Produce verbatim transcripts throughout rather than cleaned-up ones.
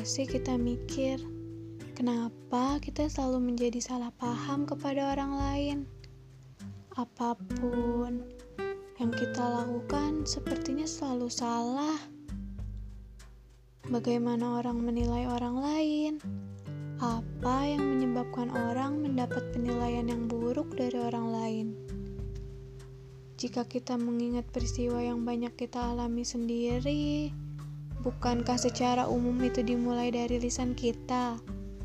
sih kita mikir, kenapa kita selalu menjadi salah paham kepada orang lain? Apapun yang kita lakukan sepertinya selalu salah. Bagaimana orang menilai orang lain? Apa yang menyebabkan orang mendapat penilaian yang buruk dari orang lain? Jika kita mengingat peristiwa yang banyak kita alami sendiri, bukankah secara umum itu dimulai dari lisan kita?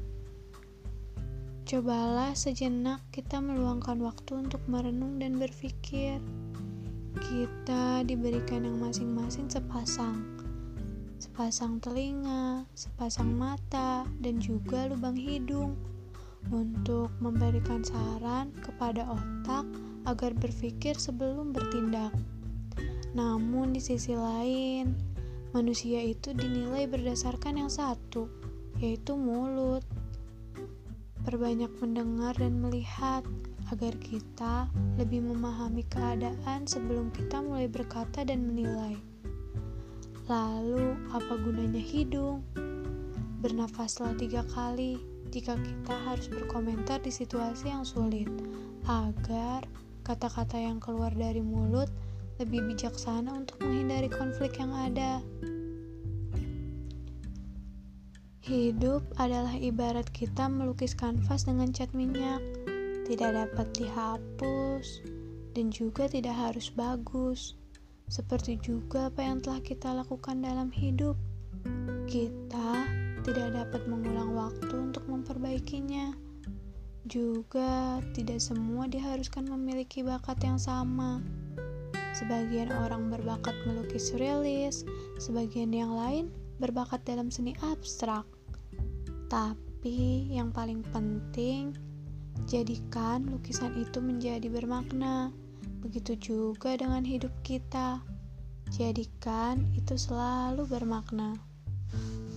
Cobalah sejenak kita meluangkan waktu untuk merenung dan berpikir. Kita diberikan yang masing-masing sepasang. Sepasang telinga, sepasang mata, dan juga lubang hidung untuk memberikan saran kepada otak agar berpikir sebelum bertindak. Namun di sisi lain, manusia itu dinilai berdasarkan yang satu, yaitu mulut. Perbanyak mendengar dan melihat agar kita lebih memahami keadaan sebelum kita mulai berkata dan menilai. Lalu, apa gunanya hidung? Bernafaslah tiga kali jika kita harus berkomentar di situasi yang sulit, agar kata-kata yang keluar dari mulut lebih bijaksana untuk menghindari konflik yang ada. Hidup adalah ibarat kita melukis kanvas dengan cat minyak, tidak dapat dihapus dan juga tidak harus bagus. Seperti juga apa yang telah kita lakukan dalam hidup, kita tidak dapat mengulang waktu untuk memperbaikinya. Juga tidak semua diharuskan memiliki bakat yang sama. Sebagian orang berbakat melukis realis, sebagian yang lain berbakat dalam seni abstrak. Tapi yang paling penting, jadikan lukisan itu menjadi bermakna. Begitu juga dengan hidup kita. Jadikan itu selalu bermakna.